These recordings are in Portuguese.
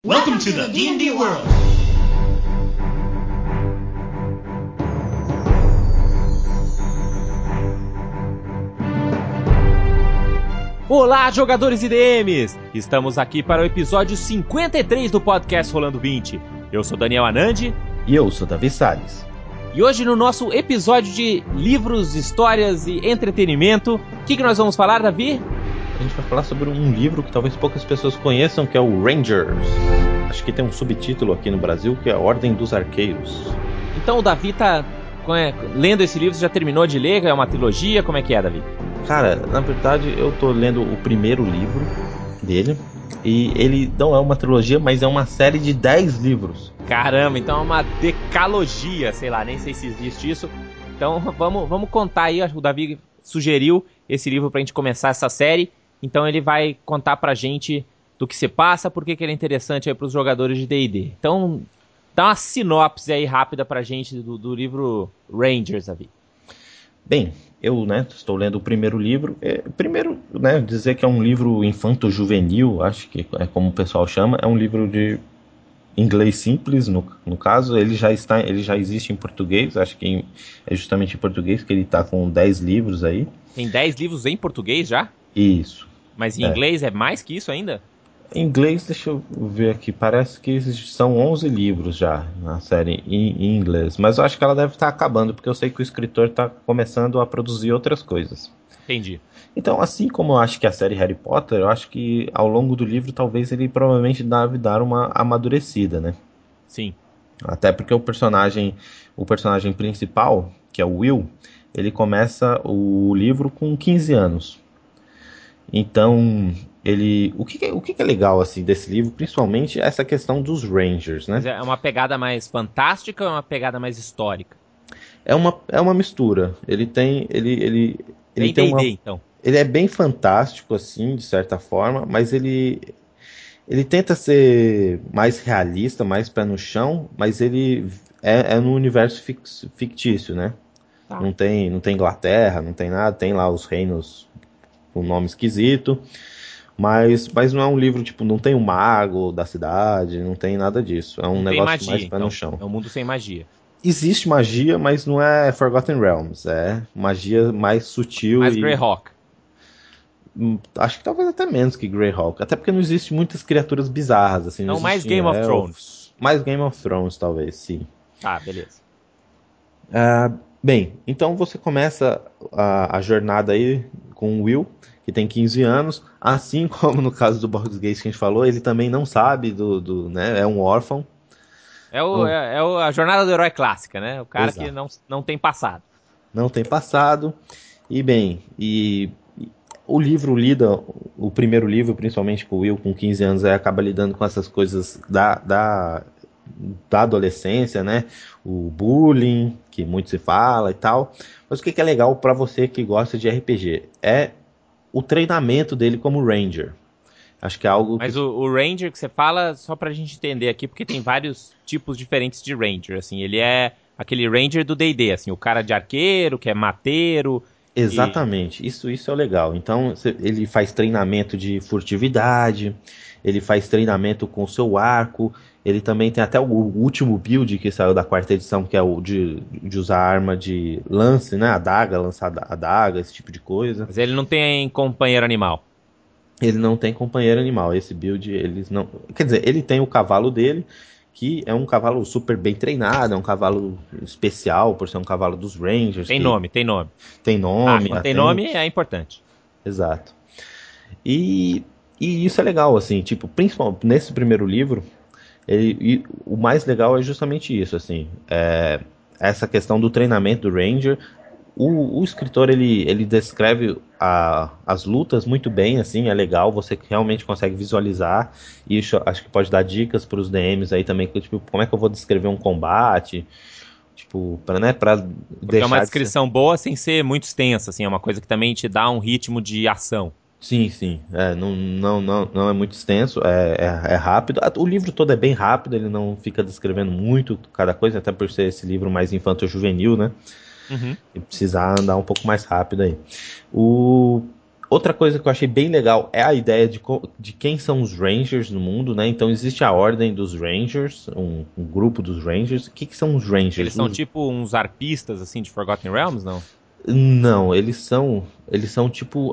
Welcome to the D&D world. Olá, jogadores e DMs! Estamos aqui para o episódio 53 do podcast Rolando 20. Eu sou Daniel Anandi. E eu sou Davi Salles. E hoje no nosso episódio de livros, histórias e entretenimento, o que nós vamos falar, Davi? A gente vai falar sobre um livro que talvez poucas pessoas conheçam, que é o Rangers. Acho que tem um subtítulo aqui no Brasil, que é a Ordem dos Arqueiros. Então o Davi tá lendo esse livro, já terminou de ler? É uma trilogia? Como é que é, Davi? Cara, na verdade eu tô lendo o primeiro livro dele. E ele não é uma trilogia, mas é uma série de 10 livros. Caramba, então é uma decalogia, sei lá, nem sei se existe isso. Então vamos contar aí, o Davi sugeriu esse livro pra gente começar essa série. Então ele vai contar pra gente do que se passa, por que ele é interessante aí pros jogadores de D&D. Então dá uma sinopse aí rápida pra gente do livro Rangers, Davi. Bem, eu estou lendo o primeiro livro. Primeiro, dizer que é um livro infanto-juvenil, acho que é como o pessoal chama. É um livro de inglês simples, no caso. Ele já existe em português, acho que é justamente em português que ele está com 10 livros aí. Tem 10 livros em português já? Isso. Mas em inglês é mais que isso ainda? Em inglês, deixa eu ver aqui, parece que são 11 livros já na série em inglês, mas eu acho que ela deve estar acabando, porque eu sei que o escritor está começando a produzir outras coisas. Entendi. Então, assim como eu acho que a série Harry Potter, eu acho que ao longo do livro talvez ele provavelmente deve dar uma amadurecida, né? Sim. Até porque o personagem principal, que é o Will, ele começa o livro com 15 anos. Então, o que é legal assim desse livro, principalmente essa questão dos Rangers, né? Mas é uma pegada mais fantástica ou é uma pegada mais histórica? É uma mistura. Ele tem Bem tem D&D, então. ele é bem fantástico assim, de certa forma, mas ele tenta ser mais realista, mais pé no chão, mas ele é no universo fictício, né? Tá. Não tem Inglaterra, não tem nada, tem lá os reinos com nome esquisito. Mas não é um livro, tipo, não tem um mago da cidade, não tem nada disso. É um negócio magia, mais pé então. no chão. É um mundo sem magia. Existe magia, mas não é Forgotten Realms. É magia mais sutil Mais e... Greyhawk. Acho que talvez até menos que Greyhawk. Até porque não existe muitas criaturas bizarras, assim. Então Não mais existe Game of elfos. Thrones. Mais Game of Thrones, talvez, sim. Tá, beleza. Bem, então você começa a jornada aí com o Will, que tem 15 anos, assim como no caso do Baldur's Gate que a gente falou, ele também não sabe né, é um órfão. A jornada do herói clássica, né? O cara que Exato. não tem passado. Não tem passado, e o primeiro livro, principalmente com o Will, com 15 anos, acaba lidando com essas coisas da adolescência, né? O bullying, que muito se fala e tal. Mas o que é legal para você que gosta de RPG? É o treinamento dele como Ranger. Acho que é algo Mas que... o Ranger que você fala, só pra gente entender aqui, porque tem vários tipos diferentes de Ranger, assim. Ele é aquele Ranger do D&D, assim. O cara de arqueiro, que é mateiro. Exatamente, isso é o legal. Então, ele faz treinamento de furtividade, ele faz treinamento com o seu arco, ele também tem até o último build que saiu da quarta edição, que é o de usar arma de lance, né? Lançar adaga, esse tipo de coisa. Mas ele não tem companheiro animal. Ele não tem companheiro animal, esse build, eles não... Quer dizer, ele tem o cavalo dele, que é um cavalo super bem treinado, é um cavalo especial, por ser um cavalo dos Rangers. Tem nome. Tem Ah, nome, quando tem nome é importante. Exato. E isso é legal, assim, tipo, principalmente nesse primeiro livro, o mais legal é justamente isso, assim, essa questão do treinamento do Ranger. O escritor, ele descreve as lutas muito bem, assim, é legal, você realmente consegue visualizar, e isso acho que pode dar dicas para os DMs aí também, tipo, como é que eu vou descrever um combate, tipo, pra Porque é uma deixar de ser... descrição boa sem ser muito extensa, assim. É uma coisa que também te dá um ritmo de ação. Sim, sim. Não é muito extenso, é rápido. O livro todo é bem rápido, ele não fica descrevendo muito cada coisa, até por ser esse livro mais infanto-juvenil, né? Uhum. E precisar andar um pouco mais rápido aí. O, Outra coisa que eu achei bem legal é a ideia de quem são os Rangers no mundo, né? Então existe a Ordem dos Rangers, um grupo dos Rangers. O que são os Eles Rangers? são tipo uns arpistas, assim, de Forgotten Realms, não? Não, eles são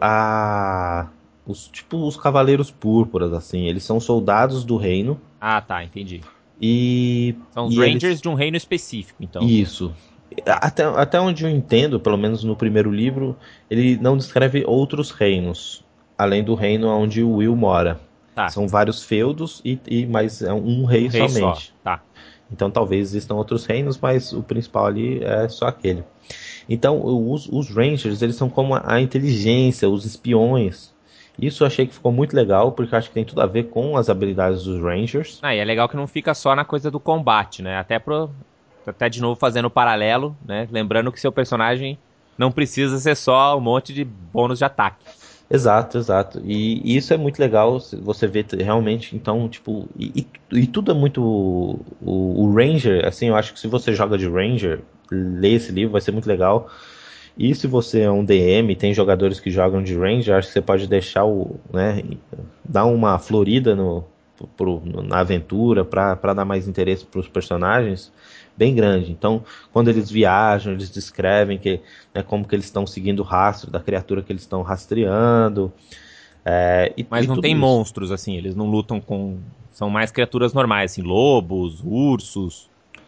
tipo os Cavaleiros Púrpuras, assim. Eles são soldados do reino Ah, tá, entendi. e, São os e Rangers eles de um reino específico, então. isso. Tá, Até onde eu entendo, pelo menos no primeiro livro, ele não descreve outros reinos, além do reino onde o Will mora. tá. São vários feudos mas é um Um rei rei só, somente. tá. Então talvez existam outros reinos, mas o principal ali é só aquele. Então os Rangers, eles são como a inteligência, os espiões. Isso eu achei que ficou muito legal, porque eu acho que tem tudo a ver com as habilidades dos Rangers. Ah, e é legal que não fica só na coisa do combate, né? Até de novo fazendo o paralelo, né? Lembrando que seu personagem não precisa ser só um monte de bônus de ataque. Exato, exato. E isso é muito legal, você vê realmente, então, tipo, e tudo é muito. O Ranger, assim, eu acho que se você joga de Ranger, lê esse livro, vai ser muito legal. E se você é um DM, tem jogadores que jogam de Ranger, acho que você pode deixar né, dar uma florida na aventura para dar mais interesse para os personagens, bem grande. Então, quando eles viajam, eles descrevem né, como que eles estão seguindo o rastro da criatura que eles estão rastreando, Mas e não tudo tem isso. monstros, assim, eles não lutam com. São mais criaturas normais, assim, lobos, ursos.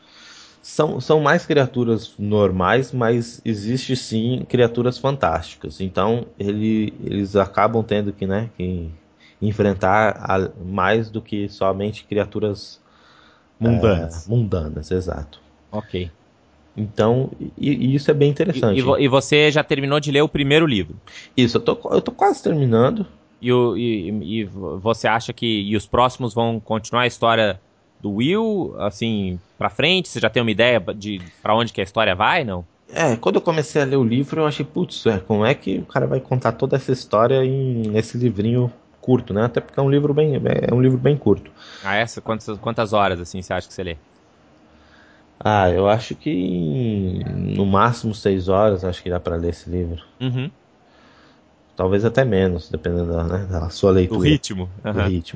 São mais criaturas normais, mas existe sim criaturas fantásticas. Então eles acabam tendo que enfrentar mais do que somente criaturas Mundanas. mundanas, exato. Ok. Então, e isso é bem interessante. E você já terminou de ler o primeiro livro? Isso, eu tô quase terminando. E você acha que e os próximos vão continuar a história do Will, assim, pra frente? Você já tem uma ideia de pra onde que a história vai, não? Quando eu comecei a ler o livro, eu achei, putz, como é que o cara vai contar toda essa história nesse livrinho curto, né? Até porque é um livro bem curto. Ah, quantas horas, assim, você acha que você lê? Ah, eu acho que no máximo 6 horas acho que dá para ler esse livro. Uhum. Talvez até menos, dependendo da sua Do leitura, ritmo? do Aham. ritmo.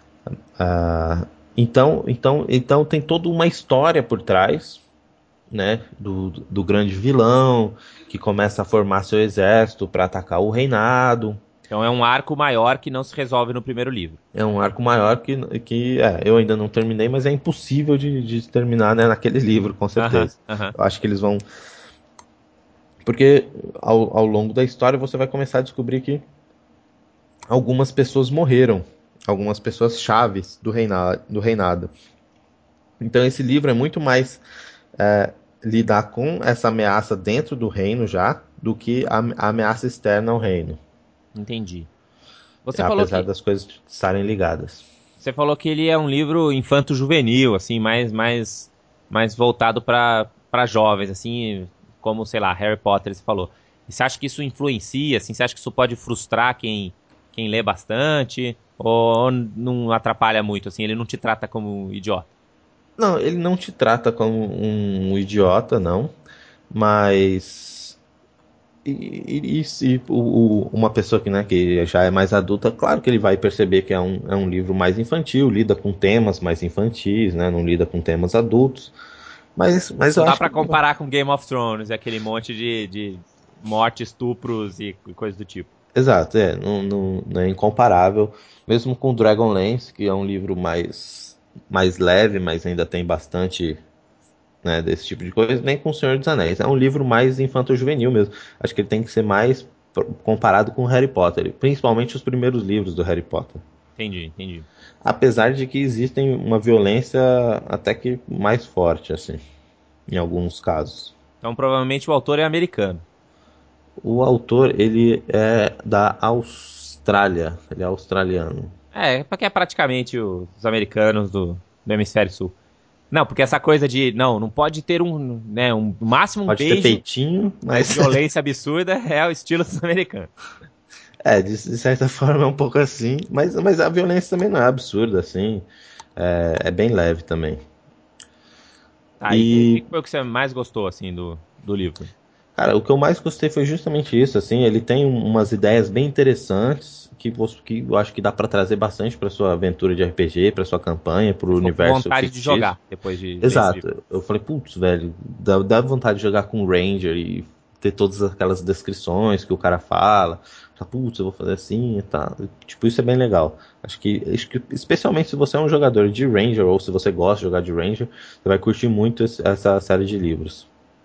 Então tem toda uma história por trás, né, do grande vilão que começa a formar seu exército para atacar o reinado. Então é um arco maior que não se resolve no primeiro livro. É um arco maior que eu ainda não terminei, mas é impossível de terminar, né, naquele livro, com Aham, certeza. aham. Eu acho que eles vão. Porque ao longo da história você vai começar a descobrir que algumas pessoas morreram, algumas pessoas chaves do reinado. Então esse livro é muito mais lidar com essa ameaça dentro do reino já, do que a ameaça externa ao reino, Entendi. Você falou apesar que das coisas estarem ligadas. você falou que ele é um livro infanto-juvenil, assim, mais voltado para jovens, assim, como, sei lá, Harry Potter, você falou. E você acha que isso influencia, assim, você acha que isso pode frustrar quem lê bastante? Ou não atrapalha muito, assim, ele não te trata como um idiota? Não, ele não te trata como um idiota, não, mas e se uma pessoa que já é mais adulta, claro que ele vai perceber que é um livro mais infantil, lida com temas mais infantis, né? Não lida com temas adultos. Mas Não eu dá acho que pra comparar com Game of Thrones, aquele monte de morte, estupros e coisas do tipo. exato, não é incomparável. Mesmo com Dragonlance, que é um livro mais leve, mas ainda tem bastante, né, desse tipo de coisa, nem com O Senhor dos Anéis. É um livro mais infanto-juvenil mesmo. Acho que ele tem que ser mais comparado com Harry Potter, principalmente os primeiros livros do Harry Potter. Entendi, entendi. Apesar de que existem uma violência até que mais forte, assim, em alguns casos. Então provavelmente o autor é americano. O autor, ele é da Austrália, ele é australiano. Porque é praticamente os americanos do hemisfério sul. Não, porque essa coisa de, não pode ter no máximo um Pode ter beijo, peitinho, mas mas violência absurda é o estilo dos americanos. de certa forma é um pouco assim, mas a violência também não é absurda, assim, é bem leve também. Tá, e o E, que foi o que você mais gostou, assim, do livro? Cara, o que eu mais gostei foi justamente isso, assim, ele tem umas ideias bem interessantes que eu acho que dá pra trazer bastante pra sua aventura de RPG, pra sua campanha, pro Você ficou com universo vontade de fictício. jogar depois de ler esse livro. Exato. Eu falei, putz, velho, dá vontade de jogar com o Ranger e ter todas aquelas descrições que o cara fala. Putz, eu vou fazer assim e tal. Tipo, isso é bem legal. Acho que especialmente se você é um jogador de Ranger ou se você gosta de jogar de Ranger, você vai curtir muito essa série de livros.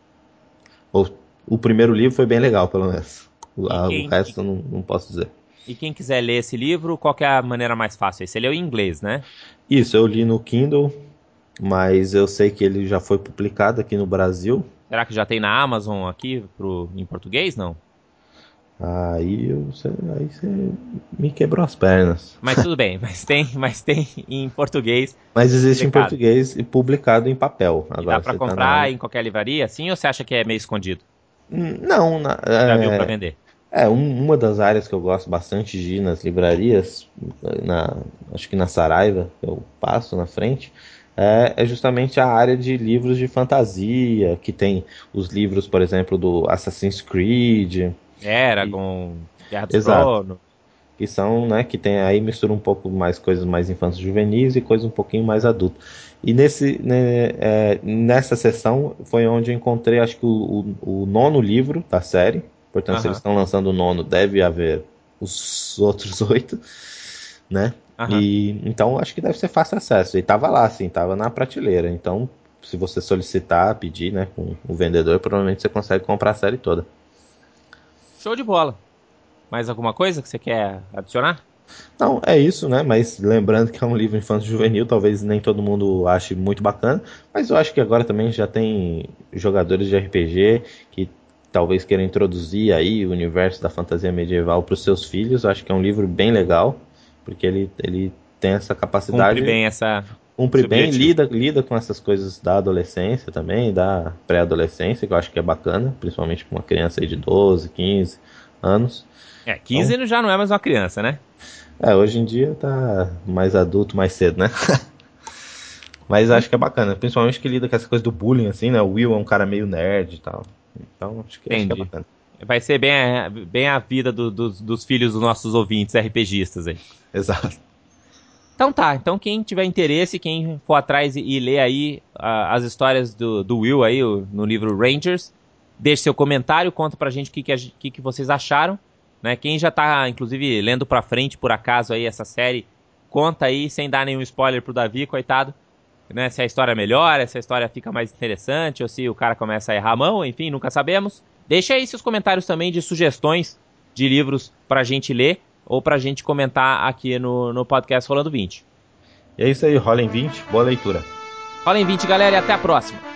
O primeiro livro foi bem legal, pelo menos. E O quem, resto eu não posso dizer. e quem quiser ler esse livro, qual que é a maneira mais fácil? Você leu em inglês, né? Isso, eu li no Kindle, mas eu sei que ele já foi publicado aqui no Brasil. Será que já tem na Amazon aqui em português? Não. Aí você me quebrou as pernas. Mas tudo bem, mas tem em português Mas existe em publicado. português e publicado em papel. E dá Agora, pra você tá na comprar Amazon. em qualquer livraria, assim, ou você acha que é meio escondido? Não, Já viu pra vender? uma das áreas que eu gosto bastante de ir nas livrarias, acho que na Saraiva, que eu passo na frente, é justamente a área de livros de fantasia, que tem os livros, por exemplo, do Assassin's Creed. E- Eragon, Guerra dos exato. Tronos. Que são, né, que tem aí mistura um pouco mais coisas mais infantos juvenis e coisas um pouquinho mais adultas. E nessa sessão foi onde eu encontrei, acho que o nono livro da série. Portanto, se eles Aham, estão lançando o nono, deve haver os outros 8, né? aham. E então acho que deve ser fácil acesso. E tava lá, assim, tava na prateleira. Então, se você solicitar, pedir, né, com o vendedor, provavelmente você consegue comprar a série toda. Show de bola. Mais alguma coisa que você quer adicionar? Não, é isso, né? Mas lembrando que é um livro infanto-juvenil, talvez nem todo mundo ache muito bacana, mas eu acho que agora também já tem jogadores de RPG que talvez queiram introduzir aí o universo da fantasia medieval para os seus filhos. Eu acho que é um livro bem legal, porque ele tem essa Cumpre capacidade, bem cumpre esse bem, objetivo. lida com essas coisas da adolescência também, da pré-adolescência, que eu acho que é bacana, principalmente para uma criança aí de 12, 15 anos. É, Então, 15 já não é mais uma criança, né? hoje em dia tá mais adulto mais cedo, né? Mas acho que é bacana, principalmente que lida com essa coisa do bullying, assim, né? O Will é um cara meio nerd e tal. Então acho que é Entendi. bacana. Vai ser bem a vida dos filhos dos nossos ouvintes RPGistas aí. Exato. Então tá, então quem tiver interesse, quem for atrás e ler aí as histórias do Will aí no livro Rangers, deixe seu comentário, conta pra gente o que vocês acharam, né? Quem já tá, inclusive, lendo pra frente, por acaso, aí essa série, conta aí, sem dar nenhum spoiler pro Davi, coitado, né? Se a história melhora, se a história fica mais interessante, ou se o cara começa a errar a mão, enfim, nunca sabemos. Deixa aí seus comentários também de sugestões de livros pra gente ler, ou pra gente comentar aqui no podcast Rolando 20. E é isso aí, rola em 20, boa leitura. Rola em 20, galera, e até a próxima.